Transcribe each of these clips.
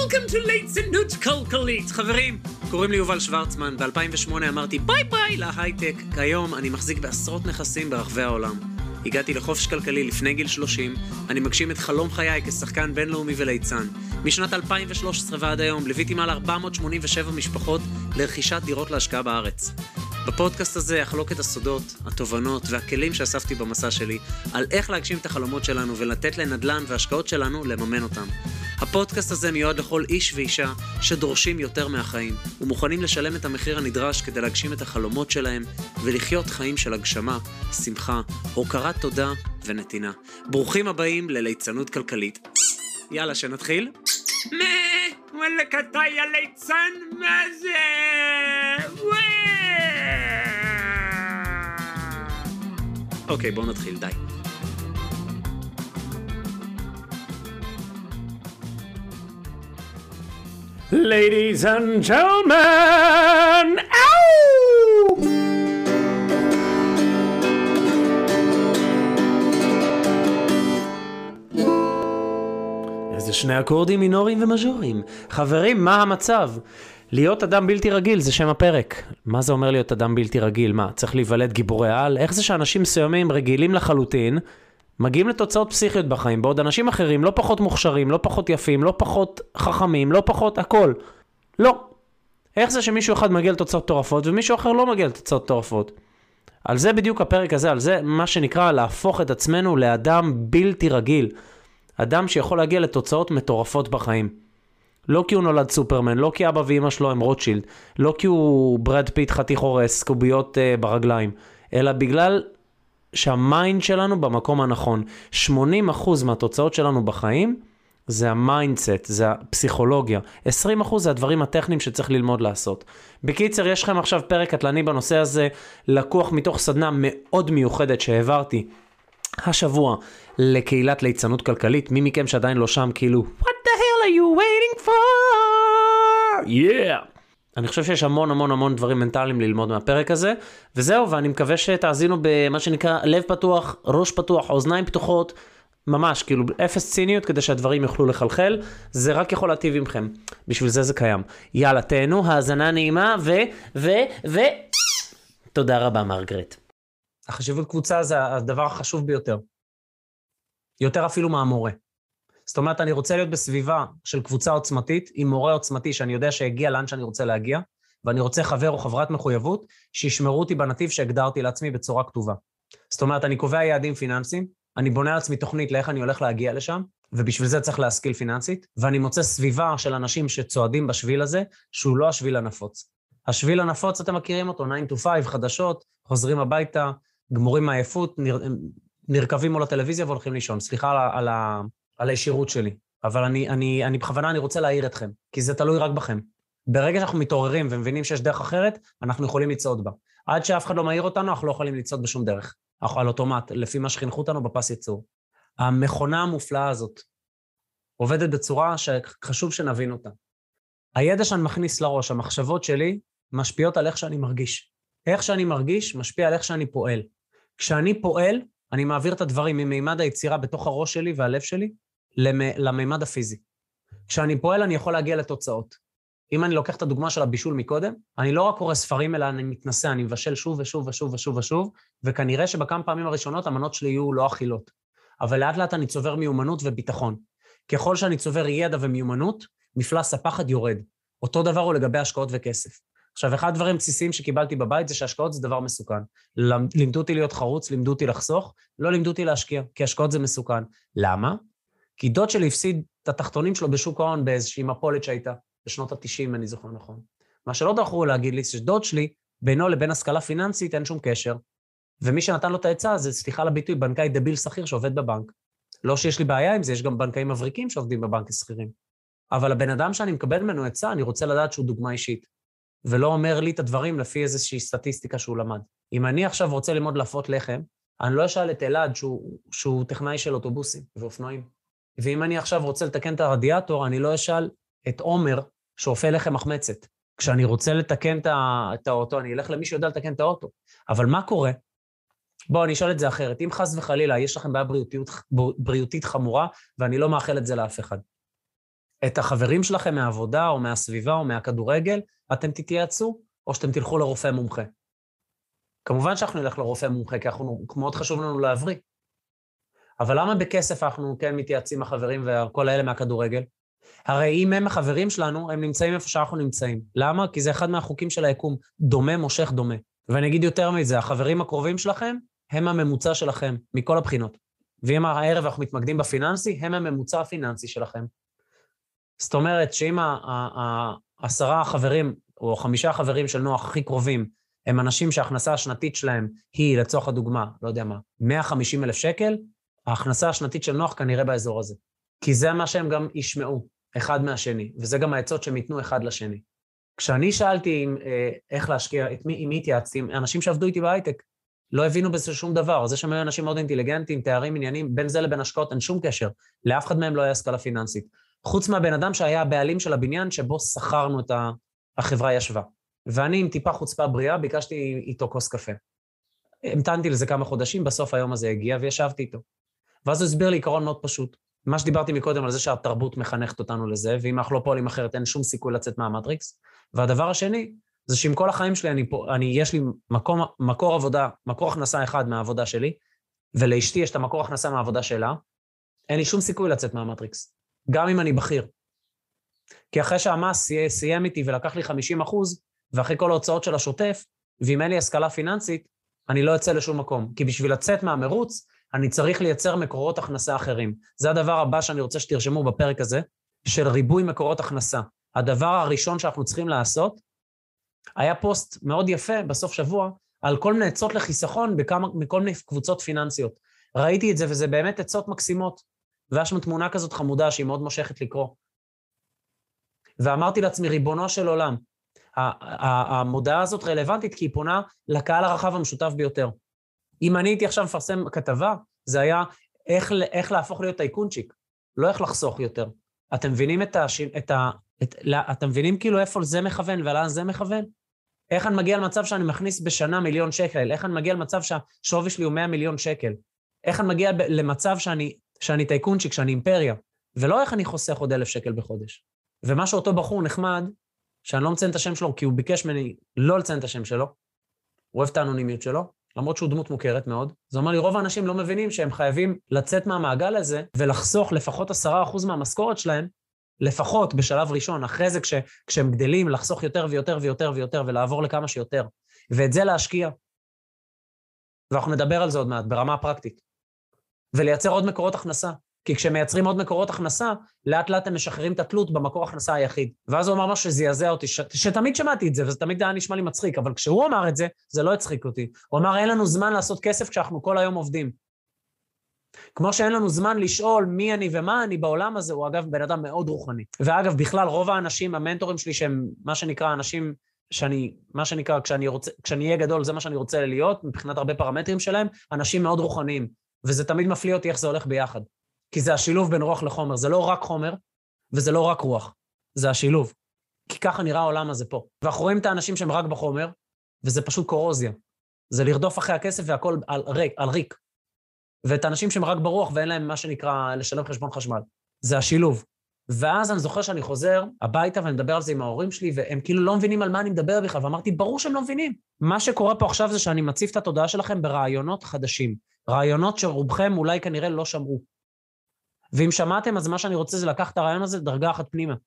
Welcome to ליצנות כלכלית. חברים, קוראים לי יובל שוורצמן. ב-2008 אמרתי ביי ביי להייטק. כיום אני מחזיק בעשרות נכסים ברחבי העולם. הגעתי לחופש כלכלי לפני גיל 30. אני מגשים את חלום חיי כשחקן בינלאומי וליצן. משנת 2013 ועד היום ליוויתי מעל 487 משפחות לרכישת דירות להשקעה בארץ. בפודקאסט הזה אחלוק את הסודות, התובנות והכלים שאספתי במסע שלי על איך להגשים את החלומות שלנו ולתת לנדל"ן והשקעות שלנו לממן אותם. הפודקאסט הזה מיועד לכל איש ואישה שדורשים יותר מהחיים ומוכנים לשלם את המחיר הנדרש כדי להגשים את החלומות שלהם ולחיות חיים של הגשמה, שמחה, הוקרת תודה ונתינה. ברוכים הבאים לליצנות כלכלית. יאללה, שנתחיל? וואלק אתה יא ליצן, מה זה? אוקיי, בואו נתחיל, די. Ladies and gentlemen, איזה שני אקורדים מינוריים ומז'וריים. חברים, מה המצב? להיות אדם בלתי רגיל זה שם הפרק. מה זה אומר להיות אדם בלתי רגיל? מה, צריך להיוולד גיבורי על? איך זה שאנשים מסוימים רגילים לחלוטין מגיעים לתוצאות פסיכיות בחיים, בעוד אנשים אחרים לא פחות מוכשרים, לא פחות יפים, לא פחות חכמים, לא פחות הכל? לא. איך זה שמישהו אחד מגיע לתוצאות טורפות ומישהו אחר לא מגיע לתוצאות טורפות? על זה בדיוק הפרק הזה, על זה מה שנקרא להפוך את עצמנו לאדם בלתי רגיל. אדם שיכול להגיע לתוצאות מטורפות בחיים. לא כי הוא נולד סופרמן, לא כי אבא ואמא שלו הם רוטשילד, לא כי הוא ברד פיט חתיך הורס, קוביות ברגליים, אלא בגלל שהמיינד שלנו במקום הנכון. 80% מהתוצאות שלנו בחיים זה המיינדסט, זה הפסיכולוגיה. 20% זה הדברים הטכניים שצריך ללמוד לעשות. בקיצר, יש לכם עכשיו פרק קטלני בנושא הזה, לקוח מתוך סדנה מאוד מיוחדת שהעברתי השבוע לקהילת ליצנות כלכלית. מי מכם שעדיין לא שם, כאילו, what the hell are you waiting for? Yeah. אני חושב שיש המון דברים מנטליים ללמוד מהפרק הזה, וזהו, ואני מקווה שתאזינו במה שנקרא לב פתוח, ראש פתוח, אוזניים פתוחות, ממש, כאילו אפס ציניות כדי שהדברים יוכלו לחלחל. זה רק יכול להטיב עמכם, בשביל זה קיים. יאללה, תהנו, האזנה נעימה, תודה רבה מרגרט. החשיבות קבוצה זה הדבר החשוב ביותר. יותר אפילו מהמורה. זאת אומרת, אני רוצה להיות בסביבה של קבוצה עוצמתית, עם מורה עוצמתי שאני יודע שהגיע לאן שאני רוצה להגיע, ואני רוצה חבר או חברת מחויבות שישמרו אותי בנתיב שהגדרתי לעצמי בצורה כתובה. זאת אומרת, אני קובע יעדים פיננסיים, אני בונה לעצמי תוכנית לאיך אני הולך להגיע לשם, ובשביל זה צריך להשכיל פיננסית, ואני מוצא סביבה של אנשים שצועדים בשביל הזה, שהוא לא השביל הנפוץ. השביל הנפוץ, אתם מכירים אותו, 9 to 5, חדשות, חוזרים הביתה, גמורים מהעייפות, נרכבים מול הטלוויזיה והולכים לישון. סליחה על הישירות שלי, אבל אני בכוונה אני רוצה להעיר אתכם, כי זה תלוי רק בכם. ברגע שאנחנו מתעוררים ומבינים שיש דרך אחרת, אנחנו יכולים לצעוד בה. עד שאף אחד לא מעיר אותנו, אנחנו לא יכולים לצעוד בשום דרך. אנחנו על אוטומט, לפי מה שחינכו אותנו בפס ייצור. המכונה המופלאה הזאת עובדת בצורה שחשוב שנבין אותה. הידע שאני מכניס לראש, המחשבות שלי, משפיעות על איך שאני מרגיש. איך שאני מרגיש משפיע על איך שאני פועל. כשאני פועל, אני מעביר את הדברים ממימד היצירה בתוך הראש שלי והלב שלי, למימד הפיזי. כשאני פועל, אני יכול להגיע לתוצאות. אם אני לוקח את הדוגמה של הבישול מקודם, אני לא רק קורא ספרים, אלא אני מתנסה, אני מבשל שוב ושוב ושוב ושוב ושוב, וכנראה שבכמה פעמים הראשונות המנות שלי יהיו לא אכילות. אבל לאט לאט אני צובר מיומנות וביטחון. ככל שאני צובר ידע ומיומנות, מפלס הפחד יורד. אותו דבר הוא לגבי השקעות וכסף. עכשיו, אחד הדברים בסיסיים שקיבלתי בבית זה שהשקעות זה דבר מסוכן. לימדו אותי להיות חרוץ, לימדו אותי לחסוך, לא לימדו אותי להשקיע, כי השקעות זה מסוכן. למה? כי דוד שלי הפסיד את התחתונים שלו בשוק ההון באיזושהי מפולת שהייתה, בשנות ה-90, אני זוכר נכון. מה שלא דרכו להגיד לי, שדוד שלי, בינו לבין השכלה פיננסית אין שום קשר, ומי שנתן לו את העצה זה, סליחה לביטוי, בנקאי דביל שכיר שעובד בבנק. לא שיש לי בעיה עם זה, יש גם בנקאים מבריקים שעובדים בבנק כשכירים. אבל הבן אדם שאני מקבל ממנו עצה, אני רוצה לדעת שהוא דוגמה אישית. ולא אומר לי את הדברים לפי איזושהי סטטיסטיקה שהוא למד. אם אני עכשיו רוצה ללמוד להפות לחם, אני לא אשאל את אלעד שהוא טכנאי של אוטובוסים ואופנועים. ואם אני עכשיו רוצה לתקן את הרדיאטור, אני לא אשאל את עומר שאופה לחם מחמצת. כשאני רוצה לתקן את האוטו, אני אלך למי שיודע לתקן את האוטו. אבל מה קורה? בואו, אני אשאל את זה אחרת. אם חס וחלילה יש לכם בעיה בריאותית חמורה, ואני לא מאחל את זה לאף אחד. את החברים שלכם מהעבודה או מהסביבה או מהכדורגל, אתם תתייעצו, או שאתם תלכו לרופא מומחה. כמובן שאנחנו נלך לרופא מומחה, כי מאוד חשוב לנו להבריא. אבל למה בכסף אנחנו כן מתייעצים החברים וכל האלה מהכדורגל? הרי אם הם החברים שלנו, הם נמצאים איפה שאנחנו נמצאים. למה? כי זה אחד מהחוקים של היקום, דומה מושך דומה. ואני אגיד יותר מזה, החברים הקרובים שלכם הם הממוצע שלכם, מכל הבחינות. ואם הערב אנחנו מתמקדים בפיננסי, הם הממוצע הפיננסי שלכם. זאת אומרת שאם 10 החברים או 5 החברים של נוח הכי קרובים, הם אנשים שההכנסה השנתית שלהם היא, לצורך הדוגמה, לא יודע מה, 150,000 שקל, ההכנסה השנתית של נוח כנראה באזור הזה. כי זה מה שהם גם ישמעו אחד מהשני, וזה גם העצות שהם ייתנו אחד לשני. כשאני שאלתי איך להשקיע, עם מי התייעצתי, אנשים שעבדו איתי בהייטק, לא הבינו בזה שום דבר. זה שהם היו אנשים מאוד אינטליגנטים, תארים, עניינים, בין זה לבין השקעות אין שום קשר. לאף אחד מהם לא היה השכלה פיננסית. חוץ מהבן אדם שהיה הבעלים של הבניין שבו שכרנו את החברה ישבה. ואני עם טיפה חוצפה בריאה, ביקשתי איתו כוס קפה. המתנתי לזה כמה חודשים, בסוף היום הזה הגיע וישבתי איתו. ואז הוא הסביר לי עיקרון מאוד פשוט. מה שדיברתי מקודם על זה שהתרבות מחנכת אותנו לזה, ואם אנחנו לא פועלים אחרת אין שום סיכוי לצאת מהמטריקס. והדבר השני, זה שעם כל החיים שלי, יש לי מקור הכנסה אחד מהעבודה שלי, ולאשתי יש את המקור הכנסה מהעבודה שלה, אין לי שום סיכוי לצאת מהמטריקס, גם אם אני בכיר. כי אחרי שהמס סיים איתי ולקח לי 50%, ואחרי כל ההוצאות של השוטף, ואם אין לי השכלה פיננסית, אני לא אצא לשום מקום. כי בשביל לצאת מהמרוץ, אני צריך לייצר מקורות הכנסה אחרים. זה הדבר הבא שאני רוצה שתרשמו בפרק הזה, של ריבוי מקורות הכנסה. הדבר הראשון שאנחנו צריכים לעשות, היה פוסט מאוד יפה בסוף שבוע, על כל מיני עצות לחיסכון מכל מיני קבוצות פיננסיות. ראיתי את זה, וזה באמת עצות מקסימות. ויש שם תמונה כזאת חמודה, שהיא מאוד מושכת לקרוא. ואמרתי לעצמי, ריבונו של עולם, המודעה הזאת רלוונטית, כי היא פונה לקהל הרחב המשותף ביותר. אם אני הייתי עכשיו מפרסם כתבה, זה היה איך להפוך להיות טייקונצ'יק, לא איך לחסוך יותר. אתם מבינים אתם מבינים כאילו איפה זה מכוון ולאן זה מכוון? איך אני מגיע למצב שאני מכניס בשנה 1,000,000 שקל? איך אני מגיע למצב שהשווי שלי הוא 100 מיליון שקל? איך אני מגיע למצב שאני טייקונצ'יק, שאני אימפריה? ולא איך אני חוסך עוד 1,000 שקל בחודש. ומה שאותו בחור נחמד, שאני לא מציין את השם שלו, כי הוא ביקש ממני לא לציין את השם שלו, הוא אוהב את האנונימיות שלו, למרות שהוא דמות מוכרת מאוד. זה אומר לי, רוב האנשים לא מבינים שהם חייבים לצאת מהמעגל הזה, ולחסוך לפחות 10% מהמשכורת שלהם, לפחות בשלב ראשון, אחרי זה כשהם גדלים, לחסוך יותר ויותר ויותר ויותר, ולעבור לכמה שיותר. ואת זה להשקיע. ואנחנו נדבר על זה עוד מעט, ברמה הפרקטית. ולייצר עוד מקורות הכנסה. כי כשמייצרים עוד מקורות הכנסה, לאט לאט הם משחררים את התלות במקור הכנסה היחיד. ואז הוא אמר משהו שזעזע אותי, שתמיד שמעתי את זה, וזה תמיד היה נשמע לי מצחיק, אבל כשהוא אמר את זה, זה לא הצחיק אותי. הוא אמר, אין לנו זמן לעשות כסף כשאנחנו כל היום עובדים. כמו שאין לנו זמן לשאול מי אני ומה אני בעולם הזה, הוא אגב בן אדם מאוד רוחני. ואגב, בכלל, רוב האנשים, המנטורים שלי, שהם מה שנקרא אנשים, כשאני אהיה גדול, זה מה שאני רוצה להיות, מבחינת הרבה פרמטרים שלהם, אנשים מאוד רוחניים. וזה תמיד מפליא אותי איך זה הולך ביחד. כי זה השילוב בין רוח לחומר. זה לא רק חומר, וזה לא רק רוח. זה השילוב. כי ככה נראה העולם הזה פה. ואנחנו רואים את האנשים שהם רק בחומר, וזה פשוט קורוזיה. זה לרדוף אחרי הכסף והכל על ריק. ואת האנשים שהם רק ברוח ואין להם מה שנקרא לשלם חשבון חשמל. זה השילוב. ואז אני זוכר שאני חוזר הביתה ואני מדבר על זה עם ההורים שלי, והם כאילו לא מבינים על מה אני מדבר בכלל, ואמרתי, ברור שהם לא מבינים. מה שקורה פה עכשיו זה שאני מציף את התודעה שלכם ברעיונות חדשים. רעיונות שרובכם אולי כנראה לא שמעו. ואם שמעתם, אז מה שאני רוצה זה לקח את הרעיון הזה דרגה אחת פנימה.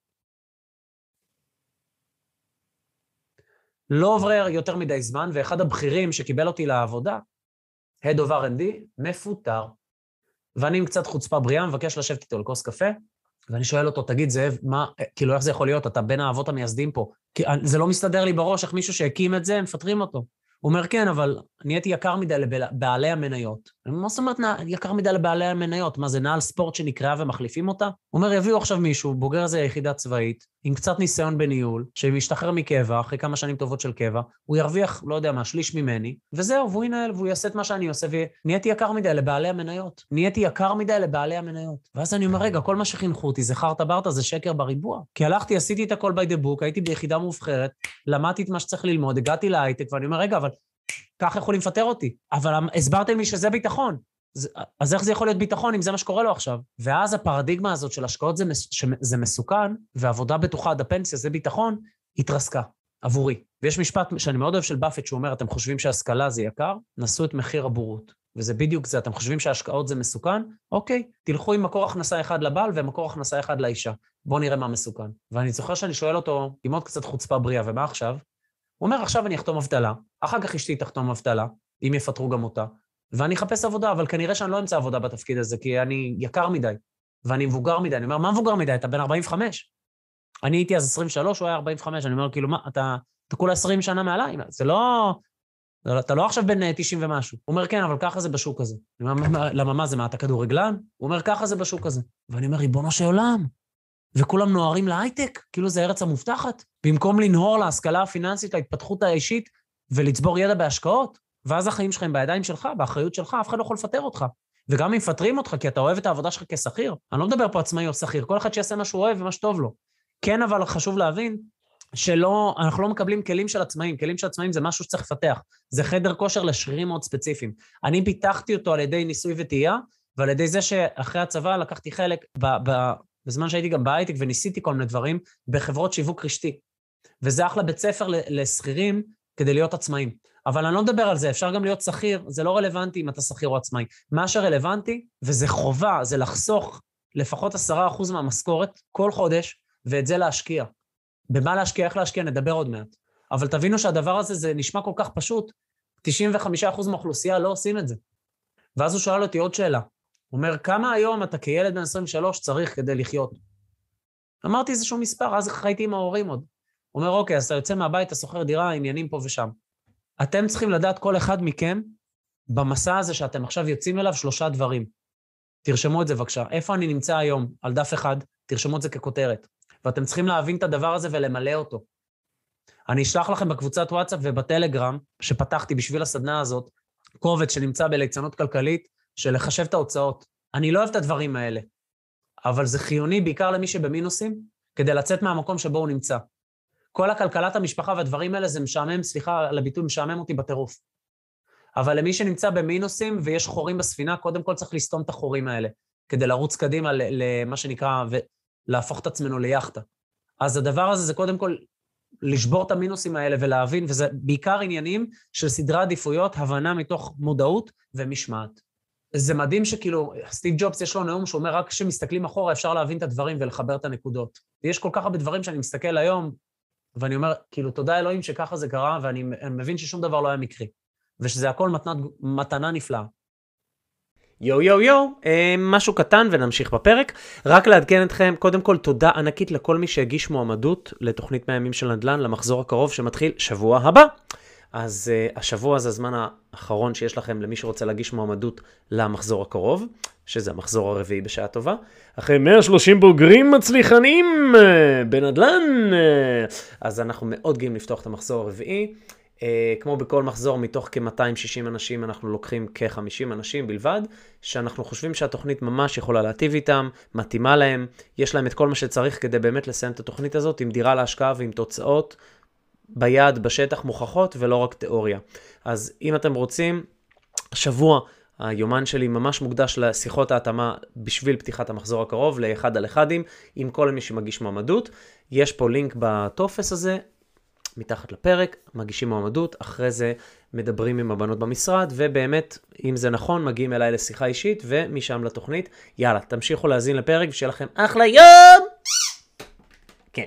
לא עובר יותר מדי זמן, ואחד הבכירים שקיבל אותי לעבודה, Head of R&D, מפוטר. ואני עם קצת חוצפה בריאה, מבקש לשבת איתו לכוס קפה, ואני שואל אותו, תגיד זאב, כאילו איך זה יכול להיות? אתה בין האבות המייסדים פה. כי זה לא מסתדר לי בראש, איך מישהו שהקים את זה, הם מפטרים אותו. הוא אומר, כן, אבל נהייתי יקר מדי לבעלי המניות. מה זאת אומרת יקר מדי לבעלי המניות? מה זה נעל ספורט שנקראה ומחליפים אותה? הוא אומר, יביאו עכשיו מישהו, בוגר איזה יחידה צבאית, עם קצת ניסיון בניהול, שמשתחרר מקבע, אחרי כמה שנים טובות של קבע, הוא ירוויח, לא יודע מה, שליש ממני, וזהו, והוא ינהל, והוא יעשה את מה שאני עושה, ונהייתי יקר מדי לבעלי המניות. נהייתי יקר מדי לבעלי המניות. ואז אני אומר, רגע, כל מה שחינכו אותי, זה חרטה ברטה, זה שקר בריבוע. כי הלכתי, עשיתי את הכל by the book, הייתי ביחידה מובחרת, למדתי את מה שצריך ללמוד, הגעתי להייטק, ואני אומר, רגע, אבל כך יכולים לפטר אותי. אבל הסברתם לי שזה ביטחון. אז איך זה יכול להיות ביטחון אם זה מה שקורה לו עכשיו? ואז הפרדיגמה הזאת של השקעות זה מסוכן, ועבודה בטוחה עד הפנסיה זה ביטחון, התרסקה עבורי. ויש משפט שאני מאוד אוהב של באפט, שהוא אומר, אתם חושבים שההשכלה זה יקר? נסו את מחיר הבורות. וזה בדיוק זה, אתם חושבים שההשקעות זה מסוכן? אוקיי, תלכו עם מקור הכנסה אחד לבעל ומקור הכנסה אחד לאישה. בואו נראה מה מסוכן. ואני זוכר שאני שואל אותו, עם עוד קצת חוצפה בריאה, ומה עכשיו? הוא אומר, עכשיו אני אחתום אבטלה, אחר כך אשתי תחתום אבטלה, אם יפטרו גם אותה, ואני אחפש עבודה, אבל כנראה שאני לא אמצא עבודה בתפקיד הזה, כי אני יקר מדי, ואני מבוגר מדי. אני אומר, מה מבוגר מדי? אתה בן 45. אני הייתי אז 23, הוא היה 45, אני אומר, כאילו, מה, אתה כולה 20 שנה מעליי, זה לא, אתה לא עכשיו בן 90 ומשהו. הוא אומר, כן, אבל ככה זה בשוק הזה. אני אומר, למה מה זה, מה, אתה כדורגלן? הוא אומר, ככה זה בשוק הזה. ואני אומר, ריבונו של עולם, וכולם נוערים להייטק, כאילו זה ארץ המובטחת, במקום לנהור להשכלה הפיננסית, להתפתחות האישית, ולצבור ידע בהשקעות, ואז החיים שלך הם בידיים שלך, באחריות שלך, אף אחד לא יכול לפטר אותך. וגם אם מפטרים אותך, כי אתה אוהב את העבודה שלך כשכיר, אני לא מדבר פה עצמאי או שכיר, כל אחד שיעשה מה שהוא אוהב ומה שטוב לו. כן, אבל חשוב להבין אנחנו לא מקבלים כלים של עצמאים, כלים של עצמאים זה משהו שצריך לפתח, זה חדר כושר לשרירים מאוד ספציפיים. אני פיתחתי אותו על ידי ניסוי וטעייה, ועל ידי זה שאחרי הצבא לקחתי חלק בזמן שהייתי גם בהייטק וניסיתי כל מיני דברים, בחברות שיווק רשתי. וזה אחלה בית ספר לשכירים כדי להיות עצמאים. אבל אני לא מדבר על זה, אפשר גם להיות שכיר, זה לא רלוונטי אם אתה שכיר או עצמאי. מה שרלוונטי, וזה חובה, זה לחסוך לפחות 10% מהמשכורת כל חודש, ואת זה להשקיע. במה להשקיע, איך להשקיע, נדבר עוד מעט. אבל תבינו שהדבר הזה, זה נשמע כל כך פשוט, 95% מהאוכלוסייה לא עושים את זה. ואז הוא שואל אותי עוד שאלה. הוא אומר, כמה היום אתה כילד בן 23 צריך כדי לחיות? אמרתי איזשהו מספר, אז חייתי עם ההורים עוד. הוא אומר, אוקיי, אז אתה יוצא מהבית, אתה שוכר דירה, עניינים פה ושם. אתם צריכים לדעת כל אחד מכם, במסע הזה שאתם עכשיו יוצאים אליו, 3 דברים. תרשמו את זה בבקשה. איפה אני נמצא היום? על דף אחד, תרשמו את זה ככותרת. ואתם צריכים להבין את הדבר הזה ולמלא אותו. אני אשלח לכם בקבוצת וואטסאפ ובטלגרם, שפתחתי בשביל הסדנה הזאת, קובץ שנמצא בליצנות כלכלית, של לחשב את ההוצאות. אני לא אוהב את הדברים האלה, אבל זה חיוני בעיקר למי שבמינוסים, כדי לצאת מהמקום שבו הוא נמצא. כל הכלכלת המשפחה והדברים האלה זה משעמם, סליחה על הביטוי, משעמם אותי בטירוף. אבל למי שנמצא במינוסים ויש חורים בספינה, קודם כל צריך לסתום את החורים האלה, כדי לרוץ קדימה למה שנקרא, ולהפוך את עצמנו ליחטה. אז הדבר הזה זה קודם כל לשבור את המינוסים האלה ולהבין, וזה בעיקר עניינים של סדרי עדיפויות, הבנה מתוך מודעות ומשמעת. זה מדהים שכאילו, סטיב ג'ובס יש לו נאום שאומר, רק כשמסתכלים אחורה אפשר להבין את הדברים ולחבר את הנקודות. ויש כל כך הרבה דברים שאני מסתכל היום, ואני אומר, כאילו, תודה אלוהים שככה זה קרה, ואני מבין ששום דבר לא היה מקרי, ושזה הכל מתנה נפלאה. יו, משהו קטן ונמשיך בפרק. רק לעדכן אתכם, קודם כל תודה ענקית לכל מי שהגיש מועמדות לתוכנית 100 ימים של נדל"ן, למחזור הקרוב שמתחיל שבוע הבא. אז השבוע זה הזמן האחרון שיש לכם למי שרוצה להגיש מועמדות למחזור הקרוב, שזה המחזור הרביעי בשעה טובה. אחרי 130 בוגרים מצליחנים בנדל"ן. אז אנחנו מאוד גאים לפתוח את המחזור הרביעי. כמו בכל מחזור, מתוך כ-260 אנשים, אנחנו לוקחים כ-50 אנשים בלבד, שאנחנו חושבים שהתוכנית ממש יכולה להטיב איתם, מתאימה להם, יש להם את כל מה שצריך כדי באמת לסיים את התוכנית הזאת, עם דירה להשקעה ועם תוצאות ביד, בשטח, מוכחות, ולא רק תיאוריה. אז אם אתם רוצים, השבוע, היומן שלי ממש מוקדש לשיחות ההתאמה בשביל פתיחת המחזור הקרוב, לאחד על אחדים, עם כל מי שמגיש מועמדות. יש פה לינק בטופס הזה, מתחת לפרק, מגישים מועמדות, אחרי זה מדברים עם הבנות במשרד, ובאמת, אם זה נכון, מגיעים אליי לשיחה אישית, ומשם לתוכנית. יאללה, תמשיכו להאזין לפרק, ושיהיה לכם אחלה יום! כן.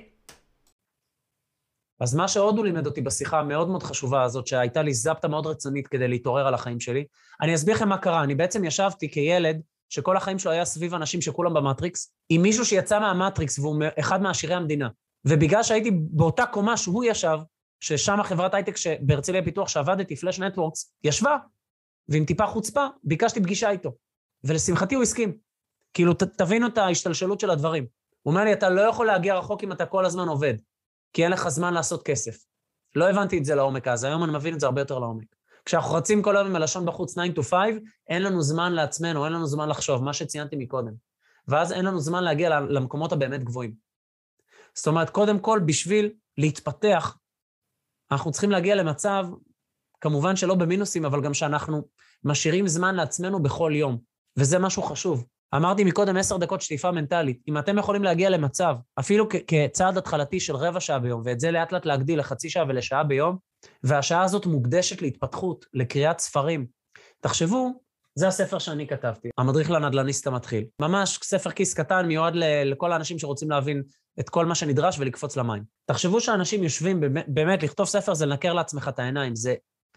אז מה שעוד הוא לימד אותי בשיחה המאוד מאוד חשובה הזאת, שהייתה לי זפטה מאוד רצינית כדי להתעורר על החיים שלי, אני אסביר לכם מה קרה. אני בעצם ישבתי כילד, שכל החיים שלו היה סביב אנשים שכולם במטריקס, עם מישהו שיצא מהמטריקס, והוא אחד מעשירי המדינה. ובגלל שהייתי באותה קומה שהוא ישב, ששם החברת הייטק בהרצליה פיתוח שעבדתי, פלאש נטוורקס, ישבה, ועם טיפה חוצפה, ביקשתי פגישה איתו. ולשמחתי הוא הסכים. כאילו, תבינו את ההשתלשלות של הדברים. הוא אומר לי, אתה לא יכול להגיע רחוק אם אתה כל הזמן עובד, כי אין לך זמן לעשות כסף. לא הבנתי את זה לעומק אז, היום אני מבין את זה הרבה יותר לעומק. כשאנחנו רצים כל היום עם הלשון בחוץ 9 to 5, אין לנו זמן לעצמנו, אין לנו זמן לחשוב, מה שציינתי מקודם. ואז אין לנו זמן להגיע למקומות הבאמת גבוהים. זאת אומרת, קודם כל, בשביל להתפתח, אנחנו צריכים להגיע למצב כמובן שלא במינוסים, אבל גם שאנחנו משאירים זמן לעצמנו בכל יום, וזה משהו חשוב. אמרתי מקודם 10 דקות שטיפה מנטלית, אם אתם יכולים להגיע למצב, אפילו כצעד התחלתי של רבע שעה ביום, ואת זה לאט לאט להגדיל לחצי שעה ולשעה ביום, והשעה הזאת מוקדשת להתפתחות, לקריאת ספרים. תחשבו, זה הספר שאני כתבתי, המדריך לנדל"ניסט המתחיל. ממש ספר כיס קטן, מיועד לכל האנשים שרוצים להבין את כל מה שנדרש ולקפוץ למים. תחשבו שאנשים יושבים, באמת, לכתוב ספר זה לנקר לעצמך את העיניים, זה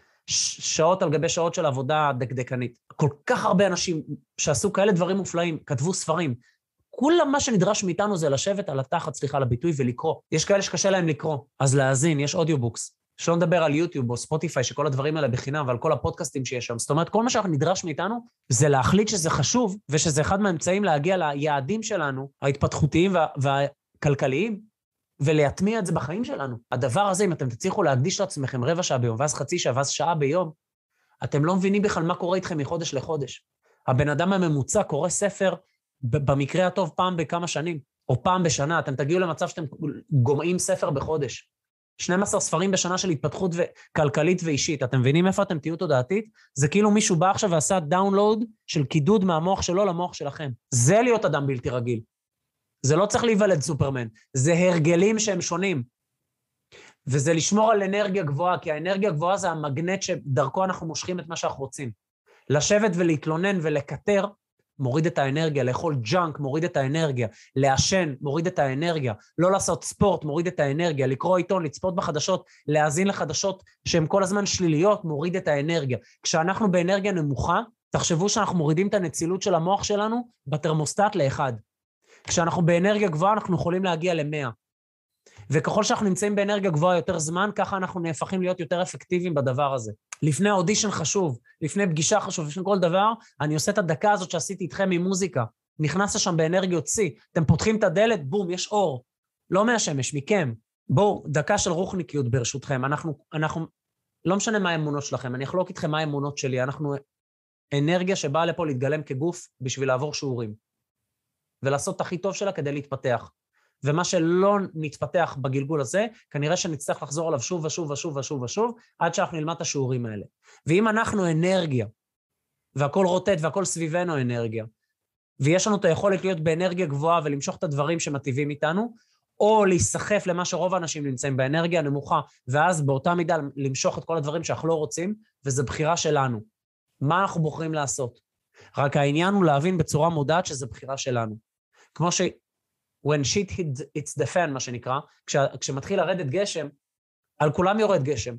שעות על גבי שעות של עבודה דקדקנית. כל כך הרבה אנשים שעשו כאלה דברים מופלאים, כתבו ספרים. כולם מה שנדרש מאיתנו זה לשבת על התחת, סליחה לביטוי, ולקרוא. יש כאלה שקשה להם לקרוא, אז להאזין, יש אודיובוקס. שלא נדבר על יוטיוב או ספוטיפיי, שכל הדברים האלה בחינם, ועל כל הפודקאסטים שיש שם. זאת אומרת, כל מה שאנחנו נדרש מאיתנו, זה להחליט שזה חשוב, ושזה אחד מהאמצעים להגיע ליעדים שלנו, ההתפתחותיים והכלכליים, ולהטמיע את זה בחיים שלנו. הדבר הזה, אם אתם תצליחו להקדיש לעצמכם רבע שעה ביום, ואז חצי שעה, ואז שעה ביום, אתם לא מבינים בכלל מה קורה איתכם מחודש לחודש. הבן אדם הממוצע קורא ספר, במקרה הטוב פעם בכמה שנים, או פעם בשנה, אתם תגיעו למצב שאתם גומעים ספר בחודש. 12 ספרים בשנה של התפתחות כלכלית ואישית. אתם מבינים איפה אתם תהיו תודעתית? זה כאילו מישהו בא עכשיו ועשה דאונלואוד של קידוד מהמוח שלו למוח שלכם. זה להיות אדם בלתי רגיל. זה לא צריך להיוולד סופרמן. זה הרגלים שהם שונים. וזה לשמור על אנרגיה גבוהה, כי האנרגיה גבוהה זה המגנט שדרכו אנחנו מושכים את מה שאנחנו רוצים. לשבת ולהתלונן ולקטר, מוריד את האנרגיה, לאכול ג'אנק, מוריד את האנרגיה, לעשן, מוריד את האנרגיה, לא לעשות ספורט, מוריד את האנרגיה, לקרוא עיתון, לצפות בחדשות, להאזין לחדשות שהן כל הזמן שליליות, מוריד את האנרגיה. כשאנחנו באנרגיה נמוכה, תחשבו שאנחנו מורידים את הנצילות של המוח שלנו בטרמוסטט ל1. כשאנחנו באנרגיה גבוהה, אנחנו יכולים להגיע ל100. וככל שאנחנו נמצאים באנרגיה גבוהה יותר זמן, ככה אנחנו נהפכים להיות יותר אפקטיביים בדבר הזה. לפני אודישן חשוב, לפני פגישה חשוב, לפני כל דבר, אני עושה את הדקה הזאת שעשיתי איתכם עם מוזיקה, נכנס לשם באנרגיות C, אתם פותחים את הדלת, בום, יש אור, לא מהשמש, מכם. בואו, דקה של רוחניקיות ברשותכם, אנחנו, לא משנה מה האמונות שלכם, אני אחלוק איתכם מה האמונות שלי, אנחנו אנרגיה שבאה לפה להתגלם כגוף בשביל לעבור שיעורים, ולעשות את הכי טוב שלה כדי להתפתח. ומה שלא נתפתח בגלגול הזה, כנראה שנצטרך לחזור עליו שוב ושוב ושוב ושוב ושוב, עד שאנחנו נלמד את השיעורים האלה. ואם אנחנו אנרגיה, והכל רוטט והכל סביבנו אנרגיה, ויש לנו את היכולת להיות באנרגיה גבוהה ולמשוך את הדברים שמטיבים איתנו, או להיסחף למה שרוב האנשים נמצאים באנרגיה הנמוכה, ואז באותה מידה למשוך את כל הדברים שאנחנו לא רוצים, וזו בחירה שלנו. מה אנחנו בוחרים לעשות? רק העניין הוא להבין בצורה מודעת שזו בחירה שלנו. כמו ש... when shit hits the fan, מה שנקרא, כשמתחיל לרדת גשם, על כולם יורד גשם.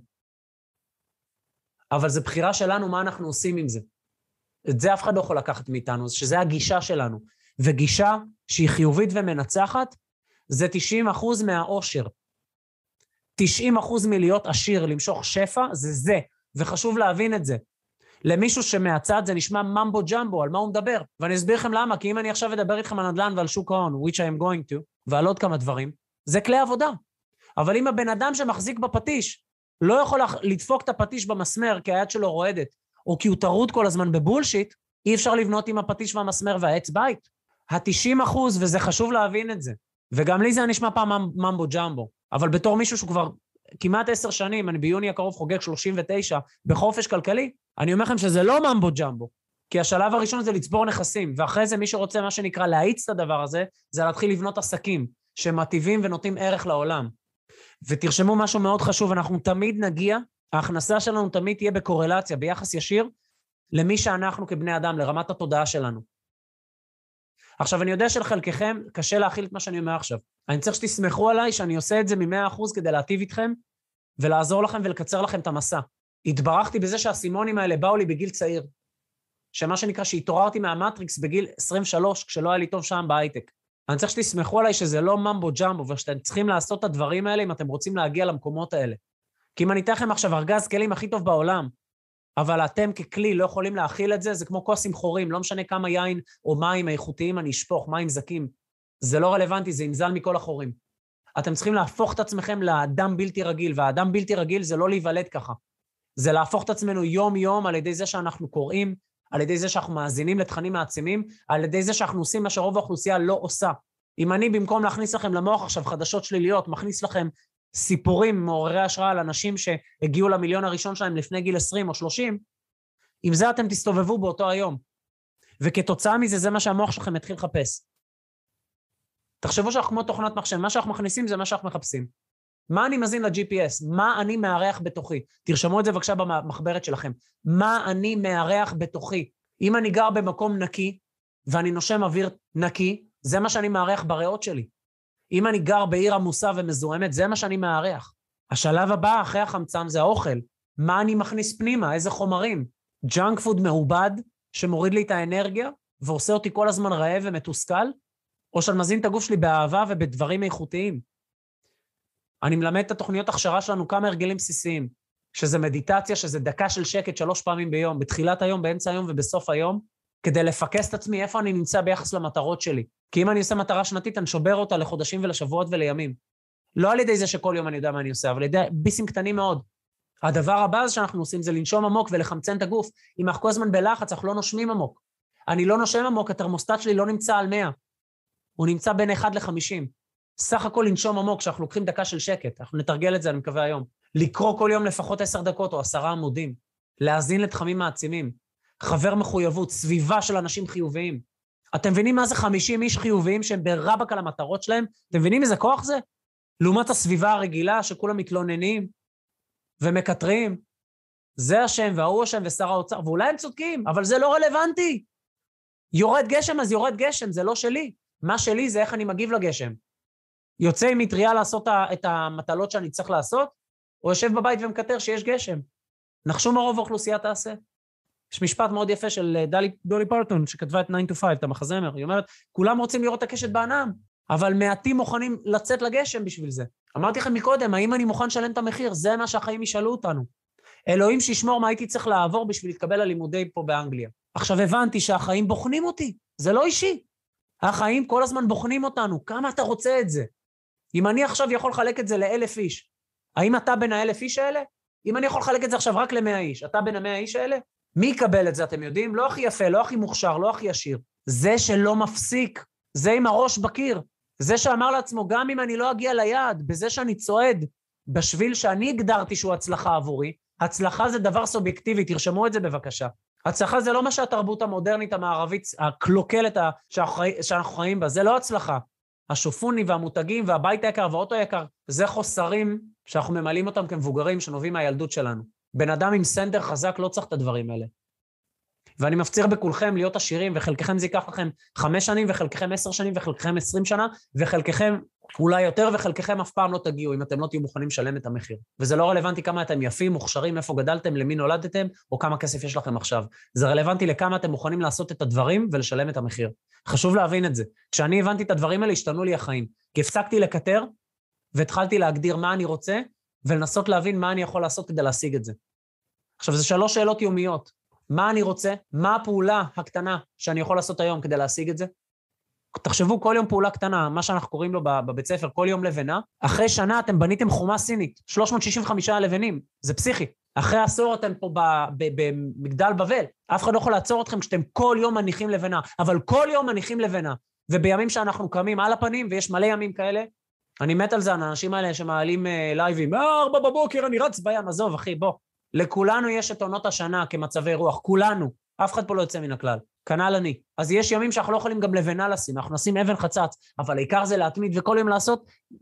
אבל זו בחירה שלנו מה אנחנו עושים עם זה. את זה אף אחד לא יכול לקחת מאיתנו, שזה הגישה שלנו. וגישה שהיא חיובית ומנצחת, זה 90% מהאושר. 90% מלהיות עשיר, למשוך שפע, זה. וחשוב להבין את זה. למישהו שמהצד זה נשמע ממבו ג'מבו, על מה הוא מדבר. ואני אסביר לכם למה, כי אם אני עכשיו אדבר איתכם על נדל"ן ועל שוק ההון, which I am going to, ועל עוד כמה דברים, זה כלי עבודה. אבל אם הבן אדם שמחזיק בפטיש, לא יכול לדפוק את הפטיש במסמר, כי היד שלו רועדת, או כי הוא טרוד כל הזמן בבולשיט, אי אפשר לבנות עם הפטיש והמסמר והעץ בית. 90%, וזה חשוב להבין את זה. וגם לי זה נשמע פעם ממבו ג'מבו. אבל בתור מישהו שהוא כבר כמעט 10 שנים, אני ביוני הקרוב חוגג 39, בחופש כלכלי, אני אומר לכם שזה לא ממבו ג'מבו, כי השלב הראשון זה לצבור נכסים, ואחרי זה מי שרוצה מה שנקרא להאיץ את הדבר הזה, זה להתחיל לבנות עסקים, שמטיבים ונותנים ערך לעולם. ותרשמו משהו מאוד חשוב, אנחנו תמיד נגיע, ההכנסה שלנו תמיד תהיה בקורלציה, ביחס ישיר, למי שאנחנו כבני אדם, לרמת התודעה שלנו. עכשיו, אני יודע שלחלקכם קשה להכיל את מה שאני אומר עכשיו. אני צריך שתסמכו עליי שאני עושה את זה מ100% כדי להטיב איתכם, ולעזור לכם ולקצר לכם את המסע. התברכתי בזה שהסימונים האלה באו לי בגיל צעיר, שמה שנקרא שהתעוררתי מהמטריקס בגיל 23, כשלא היה לי טוב שם בהייטק. אני צריך שתסמכו עליי שזה לא ממבו ג'מבו, ושאתם צריכים לעשות את הדברים האלה אם אתם רוצים להגיע למקומות האלה. כי אם אני אתן לכם עכשיו ארגז כלים הכי טוב בעולם, אבל אתם ככלי לא יכולים להכיל את זה, זה כמו כוס עם חורים, לא משנה כמה יין או מים איכותיים אני אשפוך, מים זקים. זה לא רלוונטי, זה ינזל מכל החורים. אתם צריכים להפוך את עצמכם לאדם בלתי רגיל, והאדם בלתי רגיל זה לא להיוולד ככה. זה להפוך את עצמנו יום-יום על ידי זה שאנחנו קוראים, על ידי זה שאנחנו מאזינים לתכנים מעצימים, על ידי זה שאנחנו עושים מה שרוב האוכלוסייה לא עושה. אם אני במקום להכניס לכם למוח עכשיו חדשות שליליות, מכניס לכם סיפורים מעוררי השראה על אנשים שהגיעו למיליון הראשון שלהם לפני גיל 20 או 30, עם זה אתם תסתובבו באותו היום. וכתוצאה מזה, זה מה שהמוח שלכם יתחיל לחפש. תחשבו שאנחנו כמו תוכנת מחשב, מה שאנחנו מכניסים זה מה שאנחנו מחפשים. מה אני מזין ל-GPS? מה אני מארח בתוכי? תרשמו את זה בבקשה במחברת שלכם. מה אני מארח בתוכי? אם אני גר במקום נקי, ואני נושם אוויר נקי, זה מה שאני מארח בריאות שלי. אם אני גר בעיר עמוסה ומזוהמת, זה מה שאני מארח. השלב הבא אחרי החמצן זה האוכל. מה אני מכניס פנימה? איזה חומרים? ג'אנק פוד מעובד, שמוריד לי את האנרגיה, ועושה אותי כל הזמן רעב ומתוסכל, או שאני מזין את הגוף שלי באהבה ובדברים איכותיים. אני מלמד את התוכניות הכשרה שלנו כמה הרגלים בסיסיים, שזה מדיטציה, שזה דקה של שקט 3 פעמים ביום, בתחילת היום, באמצע היום ובסוף היום, כדי לפקס את עצמי איפה אני נמצא ביחס למטרות שלי. כי אם אני עושה מטרה שנתית, אני שובר אותה לחודשים ולשבועות ולימים. לא על ידי זה שכל יום אני יודע מה אני עושה, אבל על ידי ביסים קטנים מאוד. הדבר הבא שאנחנו עושים זה לנשום עמוק ולחמצן את הגוף. אם אנחנו כל הזמן בלחץ, אנחנו לא נושמים עמוק. אני לא נושם עמוק, התרמוסטט שלי לא נמצא על 100. הוא נמצא בין 1 ל-50. סך הכל לנשום עמוק, שאנחנו לוקחים דקה של שקט. אנחנו נתרגל את זה, אני מקווה היום. לקרוא כל יום לפחות 10 דקות או 10 עמודים. להאזין לתכנים מעצימים. חבר מחויבות, סביבה של אנשים חיוביים. אתם מבינים מה זה 50 איש חיוביים שהם ברבק על המטרות שלהם? אתם מבינים איזה כוח זה? לעומת הסביבה הרגילה שכולם מתלוננים ומקטרים. זה השם והוא השם ושר האוצר, ואולי הם צודקים, אבל זה לא רלוונטי. יורד גשם, אז יורד גשם, זה לא שלי. מה שלי זה איך אני מגיב לגשם. יוצא עם מטריה לעשות את המטלות שאני צריך לעשות, או יושב בבית ומקטר שיש גשם. נחשו מה רוב האוכלוסייה תעשה. יש משפט מאוד יפה של דולי פרטון, שכתבה את 9 to 5, את המחזמר. היא אומרת, כולם רוצים לראות את הקשת בענם, אבל מעטים מוכנים לצאת לגשם בשביל זה. אמרתי לכם מקודם, האם אני מוכן לשלם את המחיר? זה מה שהחיים ישאלו אותנו. אלוהים שישמור מה הייתי צריך לעבור בשביל להתקבל ללימודי פה באנגליה. עכשיו הבנתי שהחיים בוחנים אותי, זה לא אישי. החיים כל הזמן בוחנים אותנו, כמה אתה רוצה את זה? אם אני עכשיו יכול לחלק את זה ל1,000 איש, האם אתה בין 1,000 איש האלה? אם אני יכול לחלק את זה עכשיו רק ל100 איש, אתה בין 100 איש האלה? מי יקבל את זה, אתם יודעים? לא הכי יפה, לא הכי מוכשר, לא הכי עשיר. זה שלא מפסיק, זה עם הראש בקיר. זה שאמר לעצמו, גם אם אני לא אגיע ליעד, בזה שאני צועד בשביל שאני הגדרתי שהוא הצלחה עבורי, הצלחה זה דבר סובייקטיבי, תרשמו את זה בבקשה. הצלחה זה לא מה שהתרבות המודרנית המערבית, הקלוקלת שאנחנו חיים בה, זה לא הצלחה. השופוני והמותגים והבית היקר והאוטו היקר, זה חוסרים שאנחנו ממלאים אותם כמבוגרים שנובעים מהילדות שלנו. בן אדם עם סנטר חזק לא צריך את הדברים האלה. ואני מפציר בכולכם להיות עשירים, וחלקכם זה ייקח לכם 5 שנים, וחלקכם 10 שנים, וחלקכם 20 שנה, וחלקכם אולי יותר, וחלקכם אף פעם לא תגיעו, אם אתם לא תהיו מוכנים לשלם את המחיר. וזה לא רלוונטי כמה אתם יפים, מוכשרים, איפה גדלתם, למי נולדתם, או כמה כסף יש לכם עכשיו. זה רלוונטי לכמה אתם מוכנים לעשות את הדברים ולשלם את המחיר. חשוב להבין את זה. כשאני הבנתי את הדברים האלה, השתנו לי החיים. כי הפסקתי לקטר, והתחלתי להגדיר מה אני רוצה, ולנסות להבין מה אני יכול לעשות כדי להשיג את זה. עכשיו, זה 3 שאלות יומיות. מה אני רוצה? מה הפעולה הקטנה שאני יכול לעשות היום כדי להשיג את זה? תחשבו כל יום פעולה קטנה, מה שאנחנו קוראים לו בבית ספר, כל יום לבנה. אחרי שנה אתם בניתם חומה סינית, 365 לבנים, זה פסיכי. אחרי עשור אתם פה במגדל בבל, אף אחד לא יכול לעצור אתכם כשאתם כל יום מניחים לבנה, אבל כל יום מניחים לבנה. ובימים שאנחנו קמים על הפנים, ויש מלא ימים כאלה, אני מת על זה, האנשים האלה שמעלים לייבים, 4 בבוקר אני רץ בים, עזוב אחי, בוא. לכולנו יש את עונות השנה כמצבי רוח, כולנו, אף אחד פה לא יוצא מן הכלל, כנ"ל אני. אז יש ימים שאנחנו לא יכולים גם לבנה לשים, אנחנו נשים אבן חצץ, אבל העיקר זה להתמיד וכל יום לעשות,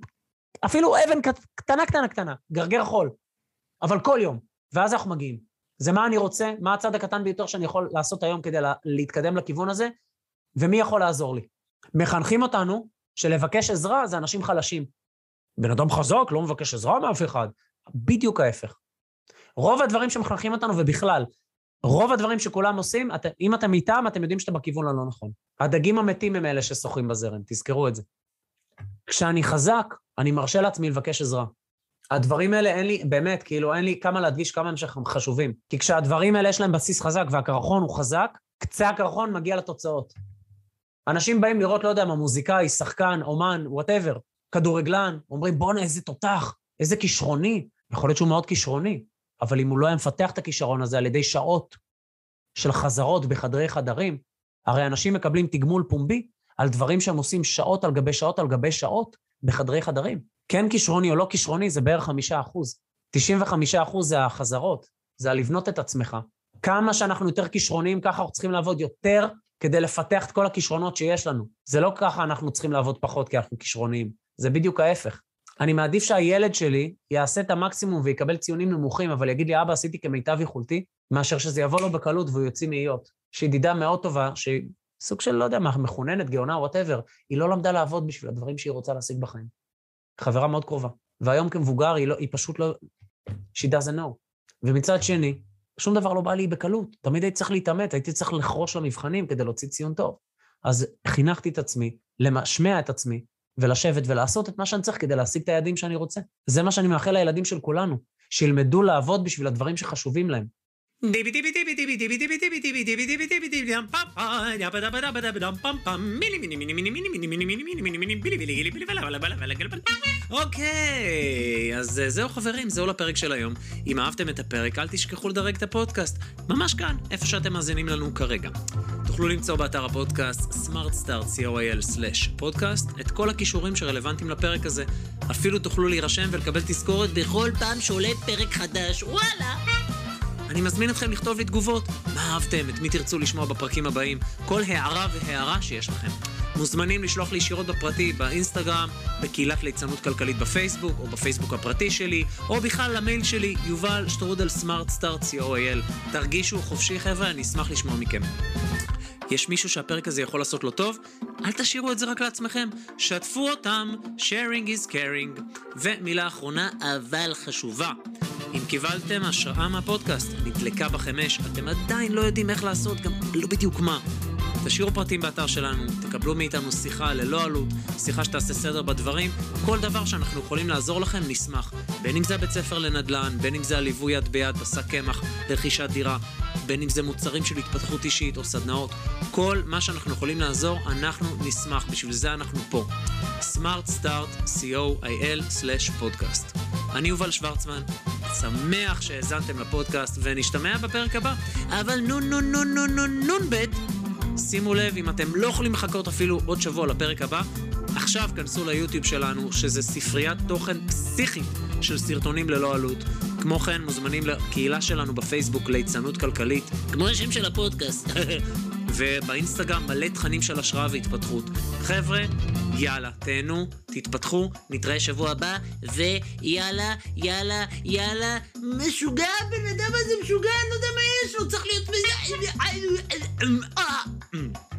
אפילו אבן קטנה, גרגר חול, אבל כל יום, ואז אנחנו מגיעים. זה מה אני רוצה, מה הצד הקטן ביותר שאני יכול לעשות היום כדי להתקדם לכיוון הזה, ומי יכול לעזור לי. מחנכים אותנו שלבקש עזרה זה אנשים חלשים. בן אדם חזק לא מבקש עזרה מאף אחד, בדיוק ההפך. רוב הדברים שמחנכים אותנו, ובכלל, רוב הדברים שכולם עושים, אם אתם איתם, אתם יודעים שאתם בכיוון הלא נכון. הדגים המתים הם אלה ששוחים בזרם, תזכרו את זה. כשאני חזק, אני מרשה לעצמי לבקש עזרה. הדברים האלה אין לי, באמת, כאילו אין לי כמה להדגיש כמה הם חשובים. כי כשהדברים האלה יש להם בסיס חזק, והקרחון הוא חזק, קצה הקרחון מגיע לתוצאות. אנשים באים לראות, לא יודע מה, מוזיקאי, שחקן, אומן, whatever, כדורגלן, אומרים, בוא איזה תותח, איזה כישרוני. יכול להיות שהוא מאוד כישרוני. אבל אם הוא לא היה מפתח את הכישרון הזה על ידי שעות של חזרות בחדרי חדרים, הרי אנשים מקבלים תגמול פומבי על דברים שהם עושים שעות על גבי שעות על גבי שעות בחדרי חדרים. כן כישרוני או לא כישרוני, זה בערך 5%. 95% זה החזרות, זה לבנות את עצמך. כמה שאנחנו יותר כישרונים, ככה אנחנו צריכים לעבוד יותר כדי לפתח את כל הכישרונות שיש לנו. זה לא ככה אנחנו צריכים לעבוד פחות כי אנחנו כישרוניים. זה בדיוק ההפך. אני מעדיף שהילד שלי יעשה את המקסימום ויקבל ציונים נמוכים, אבל יגיד לי, אבא, עשיתי כמיטב יכולתי, מאשר שזה יבוא לו בקלות והוא יוציא מאיות. שידידה מאוד טובה, שהיא סוג של, לא יודע מה, מכוננת, גאונה, whatever, היא לא למדה לעבוד בשביל הדברים שהיא רוצה להשיג בחיים. חברה מאוד קרובה. והיום כמבוגר היא פשוט לא, she doesn't know. ומצד שני, שום דבר לא בא לי בקלות. תמיד הייתי צריך להתאמת, הייתי צריך לחרוש למבחנים כדי להוציא ציון טוב. אז חינכתי את עצמי, למשמע את עצמי, ולשבת ולעשות את מה שאני צריך כדי להשיג את היעדים שאני רוצה. זה מה שאני מאחל לילדים של כולנו, שילמדו לעבוד בשביל הדברים שחשובים להם. אוקיי, אז זהו חברים, זהו לפרק של היום. אם אהבתם את הפרק, אל תשכחו לדרג את הפודקאסט, ממש כאן, איפה שאתם מאזינים לנו כרגע. תוכלו למצוא באתר הפודקאסט smartstart.co.il/podcast את כל הכישורים שרלוונטיים לפרק הזה. אפילו תוכלו להירשם ולקבל תזכורת בכל פעם שעולה פרק חדש. וואלה! אני מזמין אתכם לכתוב לי תגובות. מה אהבתם? את מי תרצו לשמוע בפרקים הבאים? כל הערה והערה שיש לכם. מוזמנים לשלוח לי ישירות בפרטי, באינסטגרם, בקהילת ליצנות כלכלית בפייסבוק, או בפייסבוק הפרטי שלי, או בכלל למייל שלי, yuval@smartstart.co.il. תרגישו חופשי חבר'ה, אני אשמח לשמוע מכם. יש מישהו שהפרק הזה יכול לעשות לו טוב? אל תשאירו את זה רק לעצמכם. שתפו אותם, sharing is caring. ומילה אחרונה, אבל חשובה. אם קיבלתם השראה מהפודקאסט, נדלקה בחמש, אתם עדיין לא יודעים איך לעשות, גם לא בדיוק מה. תשאירו פרטים באתר שלנו, תקבלו מאיתנו שיחה ללא עלות, שיחה שתעשה סדר בדברים, כל דבר שאנחנו יכולים לעזור לכם נשמח. בין אם זה בית ספר לנדל"ן, בין אם זה הליווי יד ביד, בשק קמח, לרכישת דירה, בין אם זה מוצרים של התפתחות אישית או סדנאות, כל מה שאנחנו יכולים לעזור, אנחנו נשמח, בשביל זה אנחנו פה. smartstart.co.il/podcast. אני יובל שוורצמן, שמח שהאזנתם לפודקאסט ונשתמע בפרק הבא. אבל נון בית, שימו לב, אם אתם לא יכולים לחכות אפילו עוד שבוע לפרק הבא, עכשיו כנסו ליוטיוב שלנו, שזה ספריית תוכן פסיכית של סרטונים ללא עלות. כמו כן, מוזמנים לקהילה שלנו בפייסבוק ליצנות כלכלית, כמו השם של הפודקאסט. ובאינסטגרם מלא תכנים של השראה והתפתחות. חבר'ה, יאללה, תהנו, תתפתחו, נתראה שבוע הבא, ויאללה, יאללה, יאללה, משוגע, בן אדם הזה משוגע, אני לא יודע מה יש לו, צריך להיות...